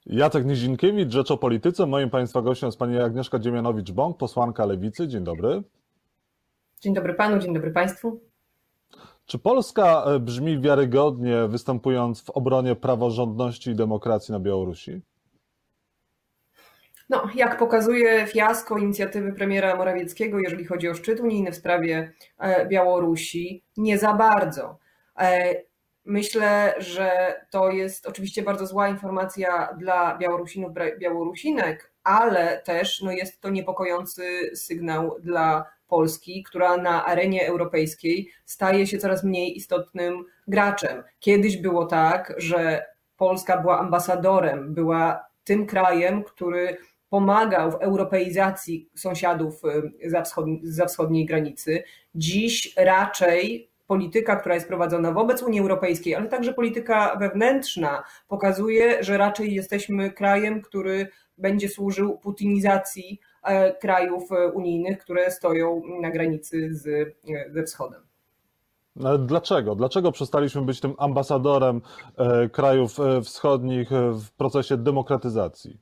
Jacek Nizinkiewicz, Rzecz o Polityce. Moim Państwa gościem jest pani Agnieszka Dziemianowicz-Bąk, posłanka Lewicy. Dzień dobry. Dzień dobry panu, dzień dobry państwu. Czy Polska brzmi wiarygodnie, występując w obronie praworządności i demokracji na Białorusi? No, jak pokazuje fiasko inicjatywy premiera Morawieckiego, jeżeli chodzi o szczyt unijny w sprawie Białorusi, nie za bardzo. Myślę, że to jest oczywiście bardzo zła informacja dla Białorusinów, Białorusinek, ale też jest to niepokojący sygnał dla Polski, która na arenie europejskiej staje się coraz mniej istotnym graczem. Kiedyś było tak, że Polska była ambasadorem, była tym krajem, pomagał w europeizacji sąsiadów zza wschodniej granicy. Dziś raczej polityka, która jest prowadzona wobec Unii Europejskiej, ale także polityka wewnętrzna pokazuje, że raczej jesteśmy krajem, który będzie służył putinizacji krajów unijnych, które stoją na granicy ze wschodem. Ale dlaczego? Dlaczego przestaliśmy być tym ambasadorem krajów wschodnich w procesie demokratyzacji?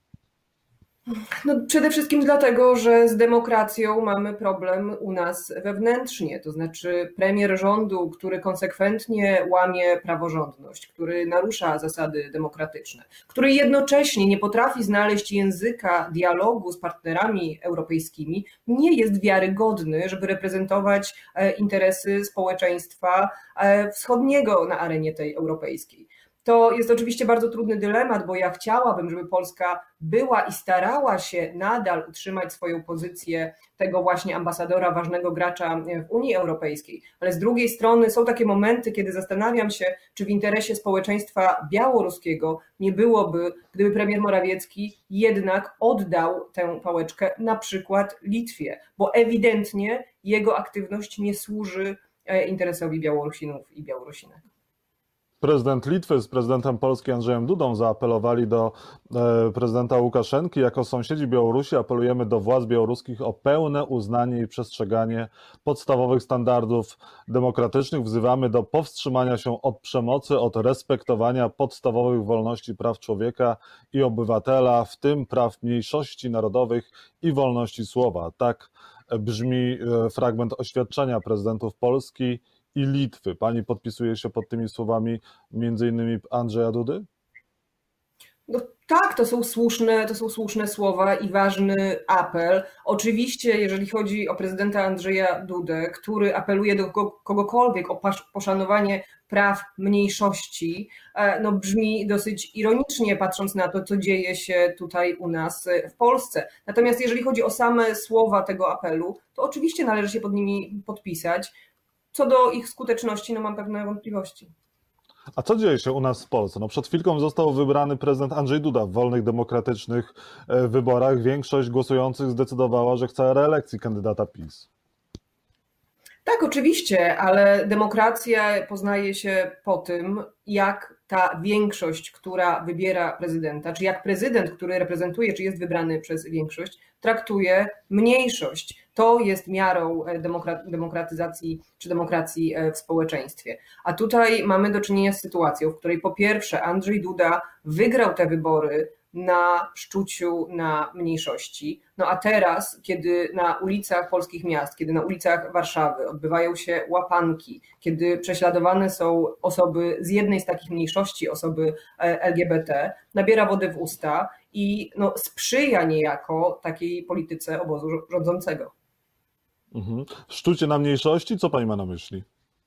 No, przede wszystkim dlatego, że z demokracją mamy problem u nas wewnętrznie, to znaczy premier rządu, który konsekwentnie łamie praworządność, który narusza zasady demokratyczne, który jednocześnie nie potrafi znaleźć języka dialogu z partnerami europejskimi, nie jest wiarygodny, żeby reprezentować interesy społeczeństwa wschodniego na arenie tej europejskiej. To jest oczywiście bardzo trudny dylemat, bo ja chciałabym, żeby Polska była i starała się nadal utrzymać swoją pozycję tego właśnie ambasadora, ważnego gracza w Unii Europejskiej, ale z drugiej strony są takie momenty, kiedy zastanawiam się, czy w interesie społeczeństwa białoruskiego nie byłoby, gdyby premier Morawiecki jednak oddał tę pałeczkę na przykład Litwie, bo ewidentnie jego aktywność nie służy interesowi Białorusinów i Białorusinek. Prezydent Litwy z prezydentem Polski Andrzejem Dudą zaapelowali do prezydenta Łukaszenki. Jako sąsiedzi Białorusi apelujemy do władz białoruskich o pełne uznanie i przestrzeganie podstawowych standardów demokratycznych. Wzywamy do powstrzymania się od przemocy, od respektowania podstawowych wolności i praw człowieka i obywatela, w tym praw mniejszości narodowych i wolności słowa. Tak brzmi fragment oświadczenia prezydentów Polski i Litwy. Pani podpisuje się pod tymi słowami między innymi Andrzeja Dudy? No tak, to są słuszne słowa i ważny apel. Oczywiście, jeżeli chodzi o prezydenta Andrzeja Dudę, który apeluje do kogokolwiek o poszanowanie praw mniejszości, brzmi dosyć ironicznie, patrząc na to, co dzieje się tutaj u nas w Polsce. Natomiast jeżeli chodzi o same słowa tego apelu, to oczywiście należy się pod nimi podpisać. Co do ich skuteczności, mam pewne wątpliwości. A co dzieje się u nas w Polsce? Przed chwilką został wybrany prezydent Andrzej Duda w wolnych, demokratycznych wyborach. Większość głosujących zdecydowała, że chce reelekcji kandydata PiS. Tak, oczywiście, ale demokracja poznaje się po tym, jak ta większość, która wybiera prezydenta, czy jak prezydent, który reprezentuje, czy jest wybrany przez większość, traktuje mniejszość. To jest miarą demokratyzacji czy demokracji w społeczeństwie. A tutaj mamy do czynienia z sytuacją, w której po pierwsze Andrzej Duda wygrał te wybory na szczuciu na mniejszości. A teraz, kiedy na ulicach polskich miast, kiedy na ulicach Warszawy odbywają się łapanki, kiedy prześladowane są osoby z jednej z takich mniejszości, osoby LGBT, nabiera wody w usta i sprzyja niejako takiej polityce obozu rządzącego. Szczucie na mniejszości? Co pani ma na myśli?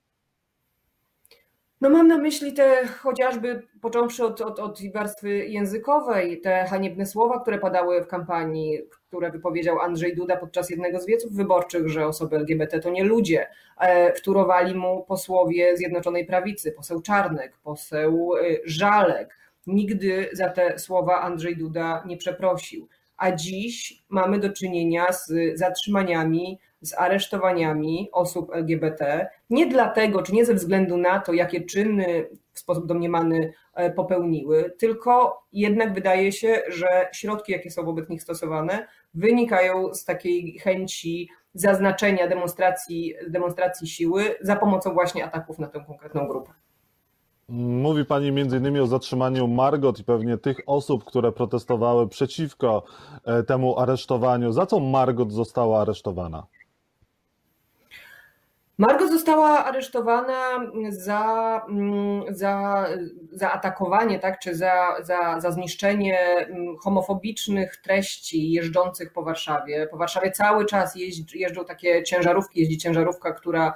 Mam na myśli te chociażby, począwszy od warstwy językowej, te haniebne słowa, które padały w kampanii, które wypowiedział Andrzej Duda podczas jednego z wieców wyborczych, że osoby LGBT to nie ludzie. Wtórowali mu posłowie Zjednoczonej Prawicy, poseł Czarnek, poseł Żalek. Nigdy za te słowa Andrzej Duda nie przeprosił. A dziś mamy do czynienia z zatrzymaniami, z aresztowaniami osób LGBT, nie dlatego, czy nie ze względu na to, jakie czyny w sposób domniemany popełniły, tylko jednak wydaje się, że środki, jakie są wobec nich stosowane, wynikają z takiej chęci zaznaczenia demonstracji siły za pomocą właśnie ataków na tę konkretną grupę. Mówi Pani między innymi o zatrzymaniu Margot i pewnie tych osób, które protestowały przeciwko temu aresztowaniu. Za co Margot została aresztowana? Margot została aresztowana za atakowanie, tak, czy za zniszczenie homofobicznych treści jeżdżących po Warszawie. Po Warszawie cały czas jeżdżą takie ciężarówki, jeździ ciężarówka, która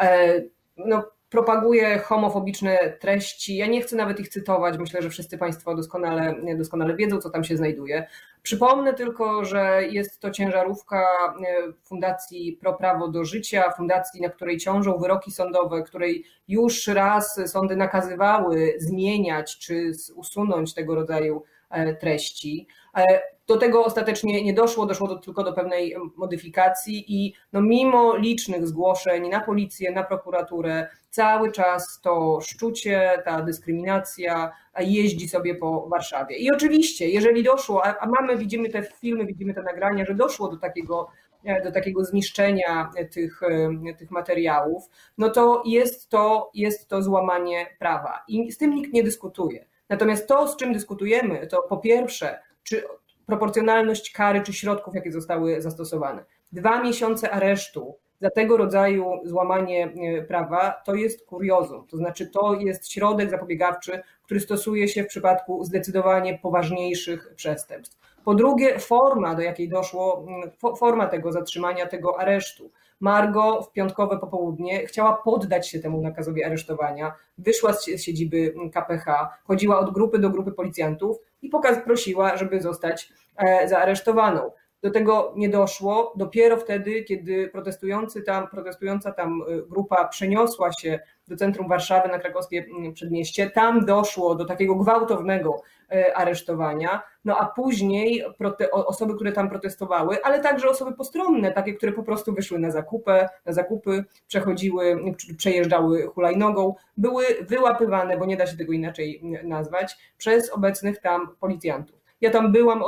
no, propaguje homofobiczne treści. Ja nie chcę nawet ich cytować, myślę, że wszyscy Państwo doskonale wiedzą, co tam się znajduje. Przypomnę tylko, że jest to ciężarówka Fundacji Pro Prawo do Życia, fundacji, na której ciążą wyroki sądowe, której już raz sądy nakazywały zmieniać czy usunąć tego rodzaju treści. Do tego ostatecznie nie doszło, tylko do pewnej modyfikacji i no mimo licznych zgłoszeń na policję, na prokuraturę, cały czas to szczucie, ta dyskryminacja jeździ sobie po Warszawie. I oczywiście, jeżeli doszło, widzimy te filmy, widzimy te nagrania, że doszło do takiego zniszczenia tych materiałów, no to jest to złamanie prawa i z tym nikt nie dyskutuje. Natomiast to, z czym dyskutujemy, to po pierwsze, czy proporcjonalność kary czy środków, jakie zostały zastosowane. 2 miesiące aresztu za tego rodzaju złamanie prawa to jest kuriozum. To znaczy to jest środek zapobiegawczy, który stosuje się w przypadku zdecydowanie poważniejszych przestępstw. Po drugie, forma, do jakiej doszło, forma tego zatrzymania, tego aresztu. Margot w piątkowe popołudnie chciała poddać się temu nakazowi aresztowania, wyszła z siedziby KPH, chodziła od grupy do grupy policjantów i prosiła, żeby zostać zaaresztowaną. Do tego nie doszło dopiero wtedy, kiedy protestująca tam grupa przeniosła się do centrum Warszawy na krakowskie przedmieście. Tam doszło do takiego gwałtownego aresztowania, no a później osoby, które tam protestowały, ale także osoby postronne, takie, które po prostu wyszły na zakupy, przejeżdżały hulajnogą, były wyłapywane, bo nie da się tego inaczej nazwać, przez obecnych tam policjantów. Ja tam byłam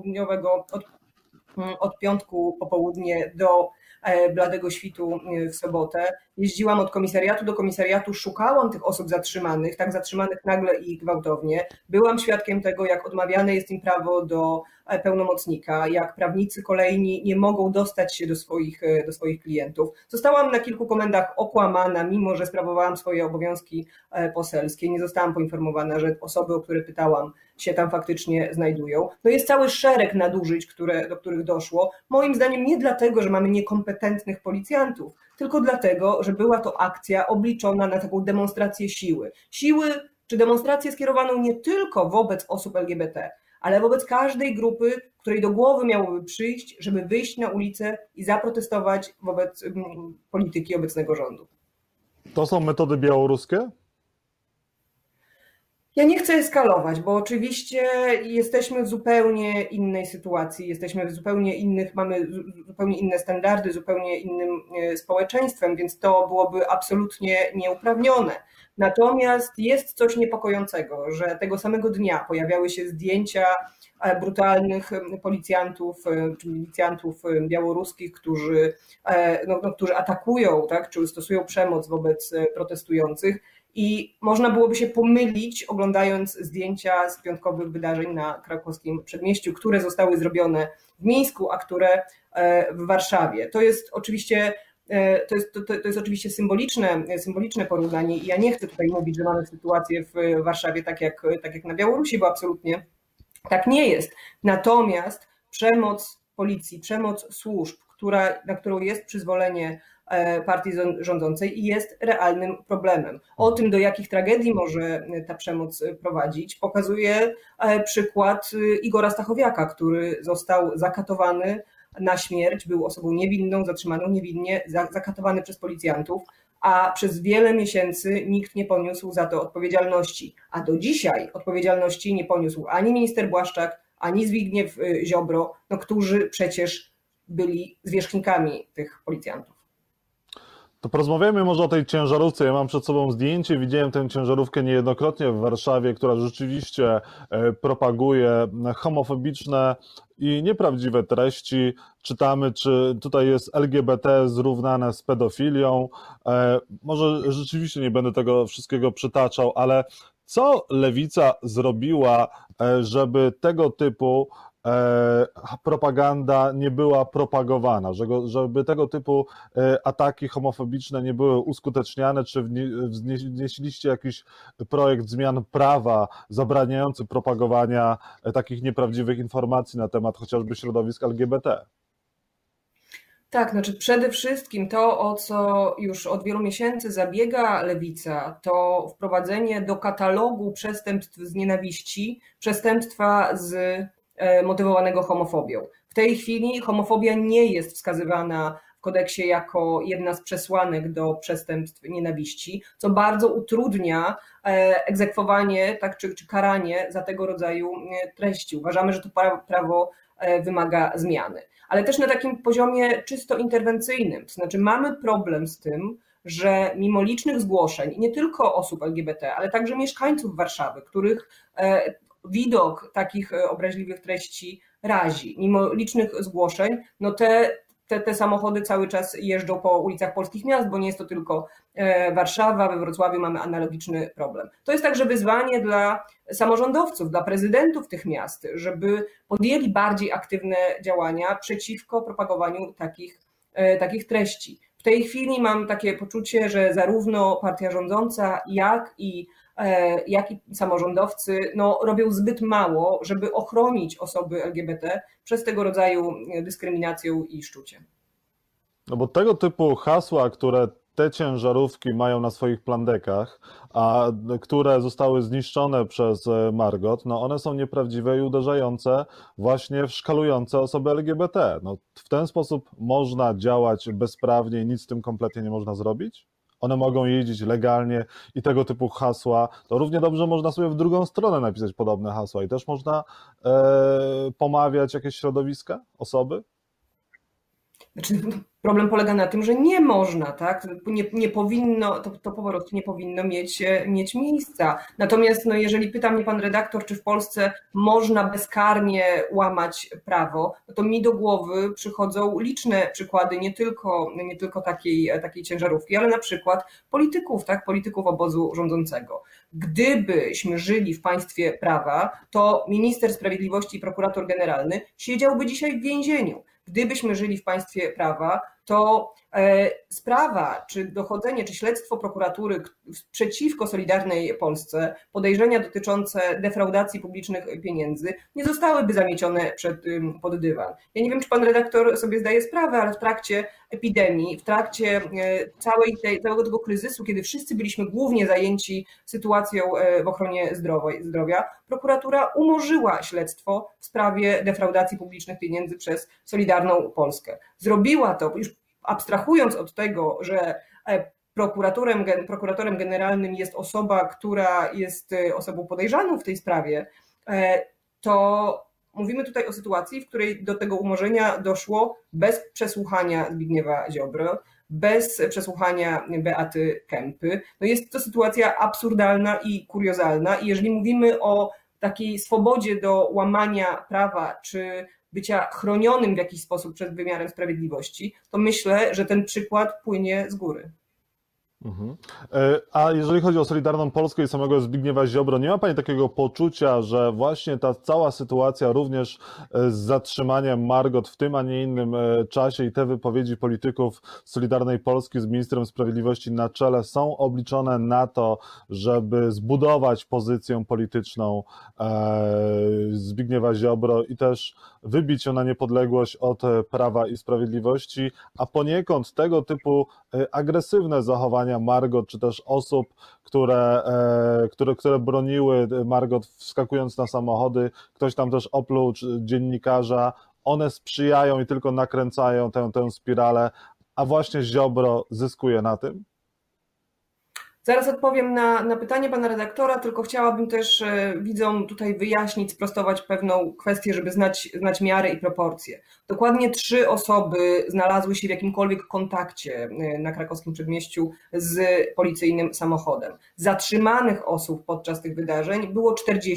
od piątku po południe do bladego świtu w sobotę. Jeździłam od komisariatu do komisariatu, szukałam tych osób zatrzymanych, tak zatrzymanych nagle i gwałtownie. Byłam świadkiem tego, jak odmawiane jest im prawo do pełnomocnika, jak prawnicy kolejni nie mogą dostać się do swoich klientów. Zostałam na kilku komendach okłamana, mimo że sprawowałam swoje obowiązki poselskie. Nie zostałam poinformowana, że osoby, o które pytałam, się tam faktycznie znajdują. No jest cały szereg nadużyć, do których doszło. Moim zdaniem nie dlatego, że mamy niekompetentnych policjantów, tylko dlatego, że była to akcja obliczona na taką demonstrację siły. Siły czy demonstrację skierowaną nie tylko wobec osób LGBT, ale wobec każdej grupy, której do głowy miałoby przyjść, żeby wyjść na ulicę i zaprotestować wobec polityki obecnego rządu. To są metody białoruskie? Ja nie chcę eskalować, bo oczywiście jesteśmy w zupełnie innej sytuacji, mamy zupełnie inne standardy, zupełnie innym społeczeństwem, więc to byłoby absolutnie nieuprawnione. Natomiast jest coś niepokojącego, że tego samego dnia pojawiały się zdjęcia brutalnych policjantów czy milicjantów białoruskich, którzy atakują, tak, czy stosują przemoc wobec protestujących. I można byłoby się pomylić, oglądając zdjęcia z piątkowych wydarzeń na krakowskim przedmieściu, które zostały zrobione w Mińsku, a które w Warszawie. To jest oczywiście symboliczne porównanie i ja nie chcę tutaj mówić, że mamy sytuację w Warszawie tak jak na Białorusi, bo absolutnie tak nie jest. Natomiast przemoc policji, przemoc służb, na którą jest przyzwolenie partii rządzącej i jest realnym problemem. O tym, do jakich tragedii może ta przemoc prowadzić, pokazuje przykład Igora Stachowiaka, który został zakatowany na śmierć, był osobą niewinną, zatrzymaną niewinnie, zakatowany przez policjantów, a przez wiele miesięcy nikt nie poniósł za to odpowiedzialności. A do dzisiaj odpowiedzialności nie poniósł ani minister Błaszczak, ani Zbigniew Ziobro, którzy przecież byli zwierzchnikami tych policjantów. To porozmawiajmy może o tej ciężarówce. Ja mam przed sobą zdjęcie, widziałem tę ciężarówkę niejednokrotnie w Warszawie, która rzeczywiście propaguje homofobiczne i nieprawdziwe treści. Czytamy, czy tutaj jest LGBT zrównane z pedofilią. Może rzeczywiście nie będę tego wszystkiego przytaczał, ale co Lewica zrobiła, żeby tego typu propaganda nie była propagowana, żeby tego typu ataki homofobiczne nie były uskuteczniane, czy wnieśliście jakiś projekt zmian prawa zabraniający propagowania takich nieprawdziwych informacji na temat chociażby środowisk LGBT? Tak, znaczy przede wszystkim to, o co już od wielu miesięcy zabiega Lewica, to wprowadzenie do katalogu przestępstw z nienawiści przestępstwa motywowanego homofobią. W tej chwili homofobia nie jest wskazywana w kodeksie jako jedna z przesłanek do przestępstw nienawiści, co bardzo utrudnia egzekwowanie czy karanie za tego rodzaju treści. Uważamy, że to prawo wymaga zmiany. Ale też na takim poziomie czysto interwencyjnym. To znaczy mamy problem z tym, że mimo licznych zgłoszeń, nie tylko osób LGBT, ale także mieszkańców Warszawy, których widok takich obraźliwych treści razi, mimo licznych zgłoszeń, no te samochody cały czas jeżdżą po ulicach polskich miast, bo nie jest to tylko Warszawa, we Wrocławiu mamy analogiczny problem. To jest także wyzwanie dla samorządowców, dla prezydentów tych miast, żeby podjęli bardziej aktywne działania przeciwko propagowaniu takich treści. W tej chwili mam takie poczucie, że zarówno partia rządząca, jak i samorządowcy robią zbyt mało, żeby ochronić osoby LGBT przez tego rodzaju dyskryminację i szczucie. No bo tego typu hasła, które te ciężarówki mają na swoich plandekach, a które zostały zniszczone przez Margot, no one są nieprawdziwe i uderzające właśnie w szkalujące osoby LGBT. No, w ten sposób można działać bezprawnie i nic z tym kompletnie nie można zrobić? One mogą jeździć legalnie i tego typu hasła, to równie dobrze można sobie w drugą stronę napisać podobne hasła i też można pomawiać jakieś środowiska, osoby? Znaczy, problem polega na tym, że nie można, tak? Nie powinno, to po prostu nie powinno mieć miejsca. Natomiast jeżeli pyta mnie pan redaktor, czy w Polsce można bezkarnie łamać prawo, no to mi do głowy przychodzą liczne przykłady, nie tylko takiej ciężarówki, ale na przykład polityków, tak? Polityków obozu rządzącego. Gdybyśmy żyli w państwie prawa, to minister sprawiedliwości i prokurator generalny siedziałby dzisiaj w więzieniu. Gdybyśmy żyli w państwie prawa, to sprawa, czy dochodzenie, czy śledztwo prokuratury przeciwko Solidarnej Polsce, podejrzenia dotyczące defraudacji publicznych pieniędzy nie zostałyby zamiecione pod dywan. Ja nie wiem, czy pan redaktor sobie zdaje sprawę, ale w trakcie epidemii, w trakcie całego tego kryzysu, kiedy wszyscy byliśmy głównie zajęci sytuacją w ochronie zdrowia, prokuratura umorzyła śledztwo w sprawie defraudacji publicznych pieniędzy przez Solidarną Polskę. Zrobiła to, już abstrahując od tego, że prokuratorem generalnym jest osoba, która jest osobą podejrzaną w tej sprawie, to mówimy tutaj o sytuacji, w której do tego umorzenia doszło bez przesłuchania Zbigniewa Ziobry, bez przesłuchania Beaty Kempy. No jest to sytuacja absurdalna i kuriozalna i jeżeli mówimy o takiej swobodzie do łamania prawa czy bycia chronionym w jakiś sposób przed wymiarem sprawiedliwości, to myślę, że ten przykład płynie z góry. A jeżeli chodzi o Solidarną Polskę i samego Zbigniewa Ziobro, nie ma pani takiego poczucia, że właśnie ta cała sytuacja również z zatrzymaniem Margot w tym, a nie innym czasie i te wypowiedzi polityków Solidarnej Polski z ministrem sprawiedliwości na czele są obliczone na to, żeby zbudować pozycję polityczną Zbigniewa Ziobro i też wybić ją na niepodległość od Prawa i Sprawiedliwości, a poniekąd tego typu agresywne zachowania Margot, czy też osób, które broniły Margot wskakując na samochody, ktoś tam też opluł dziennikarza, one sprzyjają i tylko nakręcają tę spiralę, a właśnie Ziobro zyskuje na tym? Zaraz odpowiem na pytanie pana redaktora, tylko chciałabym też widzom tutaj wyjaśnić, sprostować pewną kwestię, żeby znać miarę i proporcje. Dokładnie 3 osoby znalazły się w jakimkolwiek kontakcie na krakowskim przedmieściu z policyjnym samochodem. Zatrzymanych osób podczas tych wydarzeń było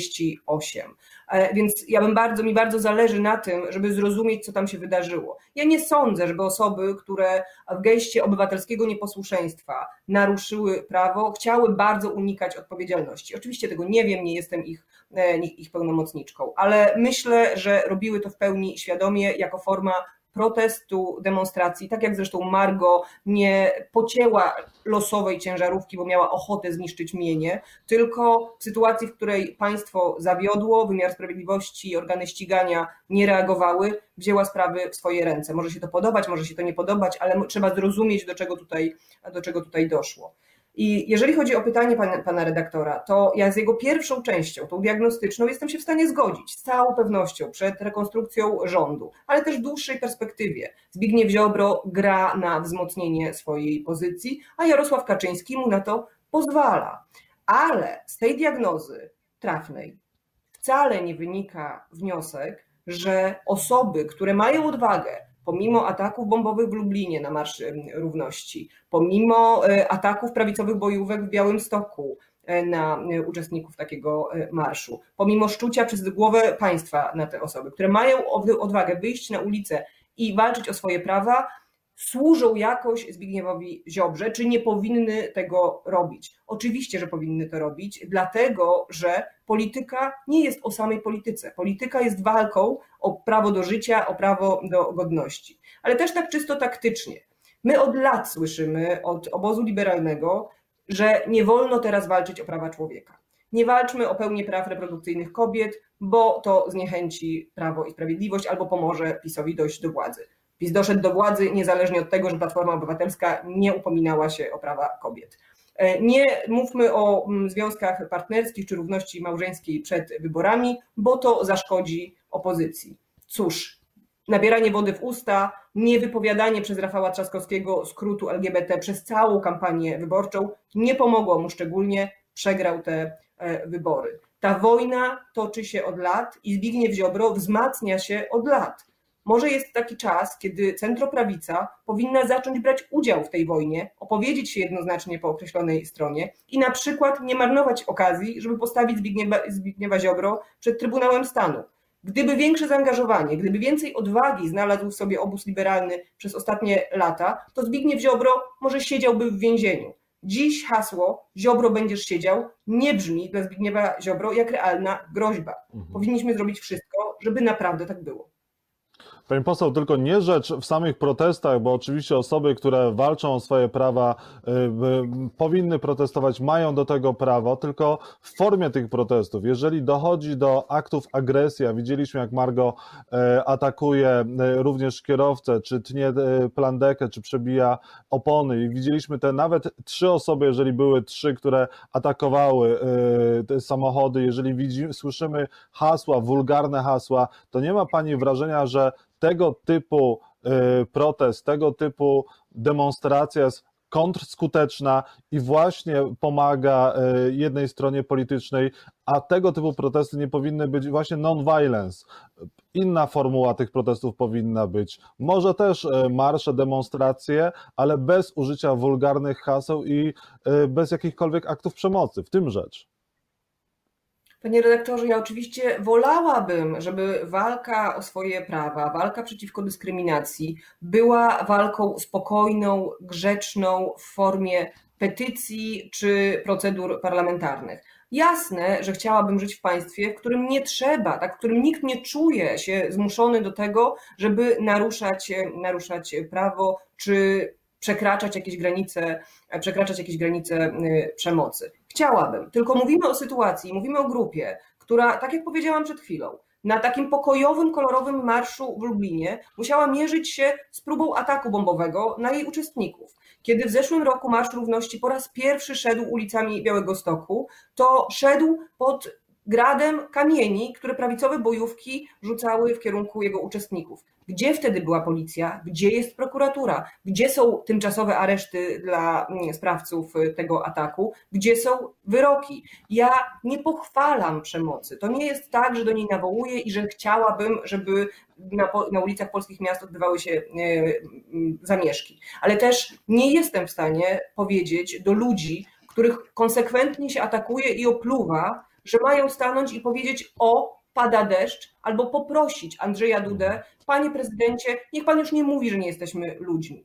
48. Więc mi bardzo zależy na tym, żeby zrozumieć, co tam się wydarzyło. Ja nie sądzę, żeby osoby, które w geście obywatelskiego nieposłuszeństwa naruszyły prawo, chciały bardzo unikać odpowiedzialności. Oczywiście tego nie wiem, nie jestem ich pełnomocniczką, ale myślę, że robiły to w pełni świadomie, jako forma protestu, demonstracji, tak jak zresztą Margo nie pocięła losowej ciężarówki, bo miała ochotę zniszczyć mienie, tylko w sytuacji, w której państwo zawiodło, wymiar sprawiedliwości, organy ścigania nie reagowały, wzięła sprawy w swoje ręce. Może się to podobać, może się to nie podobać, ale trzeba zrozumieć, do czego tutaj doszło. I jeżeli chodzi o pytanie pana redaktora, to ja z jego pierwszą częścią, tą diagnostyczną, jestem się w stanie zgodzić z całą pewnością przed rekonstrukcją rządu, ale też w dłuższej perspektywie. Zbigniew Ziobro gra na wzmocnienie swojej pozycji, a Jarosław Kaczyński mu na to pozwala. Ale z tej diagnozy trafnej wcale nie wynika wniosek, że osoby, które mają odwagę, pomimo ataków bombowych w Lublinie na Marsz Równości, pomimo ataków prawicowych bojówek w Białymstoku na uczestników takiego marszu, pomimo szczucia przez głowę państwa na te osoby, które mają odwagę wyjść na ulicę i walczyć o swoje prawa, służą jakoś Zbigniewowi Ziobrze, czy nie powinny tego robić? Oczywiście, że powinny to robić, dlatego że polityka nie jest o samej polityce. Polityka jest walką o prawo do życia, o prawo do godności. Ale też tak czysto taktycznie. My od lat słyszymy od obozu liberalnego, że nie wolno teraz walczyć o prawa człowieka. Nie walczmy o pełnię praw reprodukcyjnych kobiet, bo to zniechęci Prawo i Sprawiedliwość albo pomoże PiS-owi dojść do władzy. PiS doszedł do władzy niezależnie od tego, że Platforma Obywatelska nie upominała się o prawa kobiet. Nie mówmy o związkach partnerskich czy równości małżeńskiej przed wyborami, bo to zaszkodzi opozycji. Cóż, nabieranie wody w usta, niewypowiadanie przez Rafała Trzaskowskiego skrótu LGBT przez całą kampanię wyborczą nie pomogło mu szczególnie, przegrał te wybory. Ta wojna toczy się od lat i Zbigniew Ziobro wzmacnia się od lat. Może jest taki czas, kiedy centroprawica powinna zacząć brać udział w tej wojnie, opowiedzieć się jednoznacznie po określonej stronie i na przykład nie marnować okazji, żeby postawić Zbigniewa Ziobro przed Trybunałem Stanu. Gdyby większe zaangażowanie, gdyby więcej odwagi znalazł w sobie obóz liberalny przez ostatnie lata, to Zbigniew Ziobro może siedziałby w więzieniu. Dziś hasło "Ziobro będziesz siedział" nie brzmi dla Zbigniewa Ziobro jak realna groźba. Powinniśmy zrobić wszystko, żeby naprawdę tak było. Pani poseł, tylko nie rzecz w samych protestach, bo oczywiście osoby, które walczą o swoje prawa, powinny protestować, mają do tego prawo, tylko w formie tych protestów. Jeżeli dochodzi do aktów agresji, a widzieliśmy, jak Margo atakuje również kierowcę, czy tnie plandekę, czy przebija opony, i widzieliśmy te nawet 3 osoby, jeżeli były 3, które atakowały te samochody, jeżeli słyszymy hasła, wulgarne hasła, to nie ma pani wrażenia, że tego typu protest, tego typu demonstracja jest kontrskuteczna i właśnie pomaga jednej stronie politycznej, a tego typu protesty nie powinny być właśnie non-violence. Inna formuła tych protestów powinna być. Może też marsze, demonstracje, ale bez użycia wulgarnych haseł i bez jakichkolwiek aktów przemocy, w tym rzecz. Panie redaktorze, ja oczywiście wolałabym, żeby walka o swoje prawa, walka przeciwko dyskryminacji była walką spokojną, grzeczną w formie petycji czy procedur parlamentarnych. Jasne, że chciałabym żyć w państwie, w którym nie trzeba, tak, w którym nikt nie czuje się zmuszony do tego, żeby naruszać prawo czy przekraczać jakieś granice przemocy. Chciałabym, tylko mówimy o sytuacji, mówimy o grupie, która, tak jak powiedziałam przed chwilą, na takim pokojowym, kolorowym marszu w Lublinie musiała mierzyć się z próbą ataku bombowego na jej uczestników. Kiedy w zeszłym roku Marsz Równości po raz pierwszy szedł ulicami Białegostoku, to szedł pod gradem kamieni, które prawicowe bojówki rzucały w kierunku jego uczestników. Gdzie wtedy była policja? Gdzie jest prokuratura? Gdzie są tymczasowe areszty dla sprawców tego ataku? Gdzie są wyroki? Ja nie pochwalam przemocy. To nie jest tak, że do niej nawołuję i że chciałabym, żeby na ulicach polskich miast odbywały się zamieszki. Ale też nie jestem w stanie powiedzieć do ludzi, których konsekwentnie się atakuje i opluwa, że mają stanąć i powiedzieć: o, pada deszcz, albo poprosić Andrzeja Dudę: panie prezydencie, niech pan już nie mówi, że nie jesteśmy ludźmi.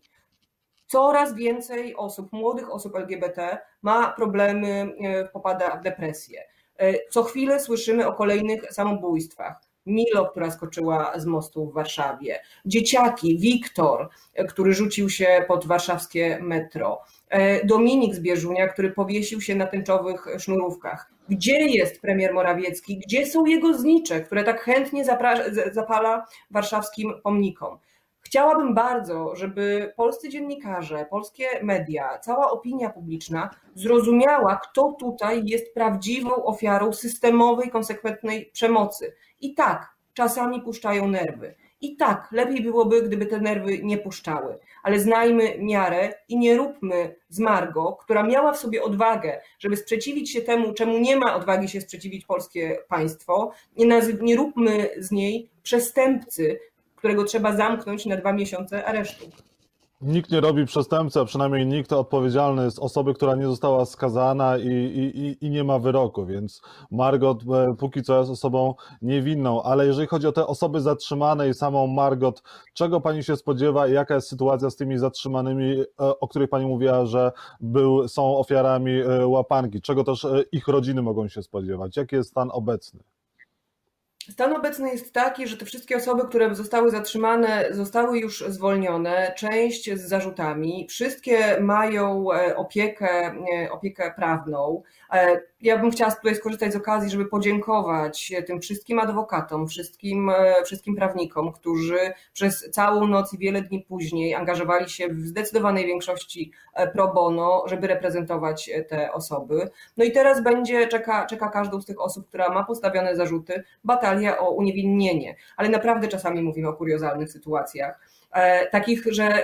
Coraz więcej osób, młodych osób LGBT ma problemy, popada w depresję. Co chwilę słyszymy o kolejnych samobójstwach. Milo, która skoczyła z mostu w Warszawie. Dzieciaki, Wiktor, który rzucił się pod warszawskie metro. Dominik z Bieżunia, który powiesił się na tęczowych sznurówkach. Gdzie jest premier Morawiecki? Gdzie są jego znicze, które tak chętnie zapala warszawskim pomnikom? Chciałabym bardzo, żeby polscy dziennikarze, polskie media, cała opinia publiczna zrozumiała, kto tutaj jest prawdziwą ofiarą systemowej, konsekwentnej przemocy. I tak, czasami puszczają nerwy. I tak, lepiej byłoby, gdyby te nerwy nie puszczały. Ale znajmy miarę i nie róbmy z Margo, która miała w sobie odwagę, żeby sprzeciwić się temu, czemu nie ma odwagi się sprzeciwić polskie państwo, nie róbmy z niej przestępcy, którego trzeba zamknąć na 2 miesiące aresztu. Nikt nie robi przestępcy, a przynajmniej nikt odpowiedzialny z osoby, która nie została skazana i nie ma wyroku, więc Margot póki co jest osobą niewinną. Ale jeżeli chodzi o te osoby zatrzymane i samą Margot, czego pani się spodziewa i jaka jest sytuacja z tymi zatrzymanymi, o których pani mówiła, że są ofiarami łapanki? Czego też ich rodziny mogą się spodziewać? Jaki jest stan obecny? Stan obecny jest taki, że te wszystkie osoby, które zostały zatrzymane, zostały już zwolnione, część z zarzutami, wszystkie mają opiekę prawną. Ja bym chciała tutaj skorzystać z okazji, żeby podziękować tym wszystkim adwokatom, wszystkim prawnikom, którzy przez całą noc i wiele dni później angażowali się w zdecydowanej większości pro bono, żeby reprezentować te osoby. No i teraz czeka każdą z tych osób, która ma postawione zarzuty, batalia o uniewinnienie. Ale naprawdę czasami mówimy o kuriozalnych sytuacjach. Takich, że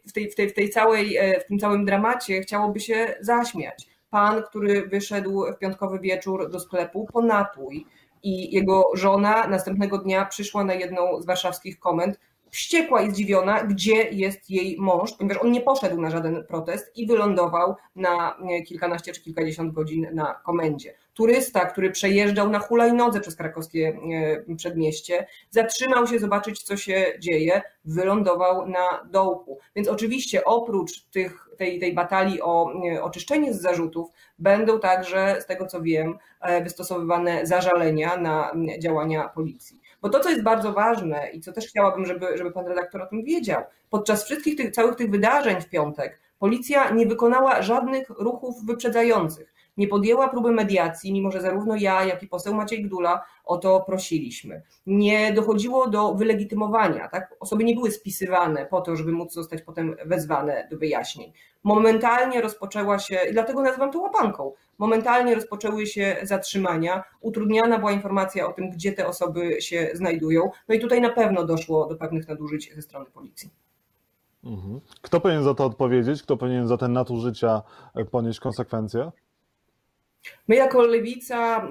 w tym całym dramacie chciałoby się zaśmiać. Pan, który wyszedł w piątkowy wieczór do sklepu po napój i jego żona następnego dnia przyszła na jedną z warszawskich komend, wściekła i zdziwiona, gdzie jest jej mąż, ponieważ on nie poszedł na żaden protest i wylądował na kilkanaście czy kilkadziesiąt godzin na komendzie. Turysta, który przejeżdżał na hulajnodze przez krakowskie przedmieście, zatrzymał się zobaczyć, co się dzieje, wylądował na dołku. Więc oczywiście oprócz tej batalii o oczyszczenie z zarzutów będą także, z tego co wiem, wystosowywane zażalenia na działania policji. Bo to, co jest bardzo ważne i co też chciałabym, żeby pan redaktor o tym wiedział, podczas wszystkich całych tych wydarzeń w piątek policja nie wykonała żadnych ruchów wyprzedzających. Nie podjęła próby mediacji, mimo że zarówno ja, jak i poseł Maciej Gdula o to prosiliśmy. Nie dochodziło do wylegitymowania, tak? Osoby nie były spisywane po to, żeby móc zostać potem wezwane do wyjaśnień. Momentalnie rozpoczęła się, i dlatego nazywam to łapanką, momentalnie rozpoczęły się zatrzymania, utrudniana była informacja o tym, gdzie te osoby się znajdują. No i tutaj na pewno doszło do pewnych nadużyć ze strony policji. Kto powinien za to odpowiedzieć? Kto powinien za te nadużycia ponieść konsekwencje? My jako Lewica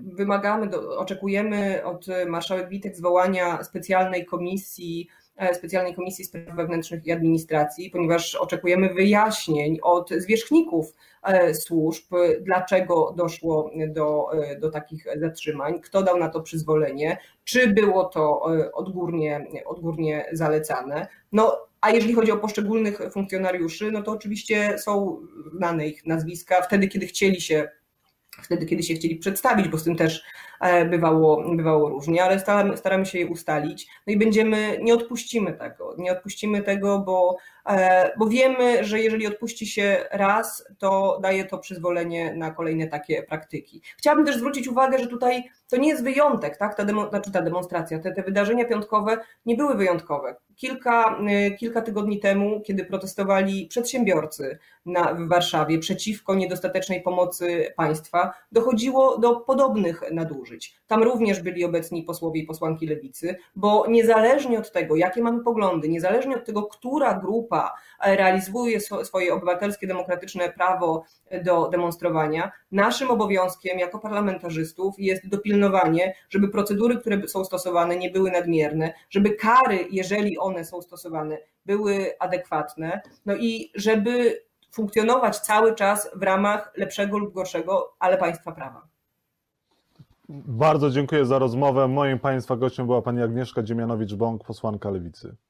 oczekujemy od marszałek Witek zwołania specjalnej komisji spraw wewnętrznych i administracji, ponieważ oczekujemy wyjaśnień od zwierzchników służb, dlaczego doszło do takich zatrzymań, kto dał na to przyzwolenie, czy było to odgórnie zalecane. No, a jeżeli chodzi o poszczególnych funkcjonariuszy, no to oczywiście są znane ich nazwiska, wtedy kiedy się chcieli przedstawić, bo z tym też bywało różnie, ale staramy się je ustalić. No i nie odpuścimy tego, bo wiemy, że jeżeli odpuści się raz, to daje to przyzwolenie na kolejne takie praktyki. Chciałabym też zwrócić uwagę, że tutaj to nie jest wyjątek, tak? Ta demonstracja, te wydarzenia piątkowe nie były wyjątkowe. Kilka tygodni temu, kiedy protestowali przedsiębiorcy w Warszawie przeciwko niedostatecznej pomocy państwa, dochodziło do podobnych nadużyć. służyć. Tam również byli obecni posłowie i posłanki Lewicy, bo niezależnie od tego, jakie mamy poglądy, niezależnie od tego, która grupa realizuje swoje obywatelskie, demokratyczne prawo do demonstrowania, naszym obowiązkiem jako parlamentarzystów jest dopilnowanie, żeby procedury, które są stosowane, nie były nadmierne, żeby kary, jeżeli one są stosowane, były adekwatne, no i żeby funkcjonować cały czas w ramach lepszego lub gorszego, ale państwa prawa. Bardzo dziękuję za rozmowę. Moim Państwa gościem była pani Agnieszka Dziemianowicz-Bąk, posłanka Lewicy.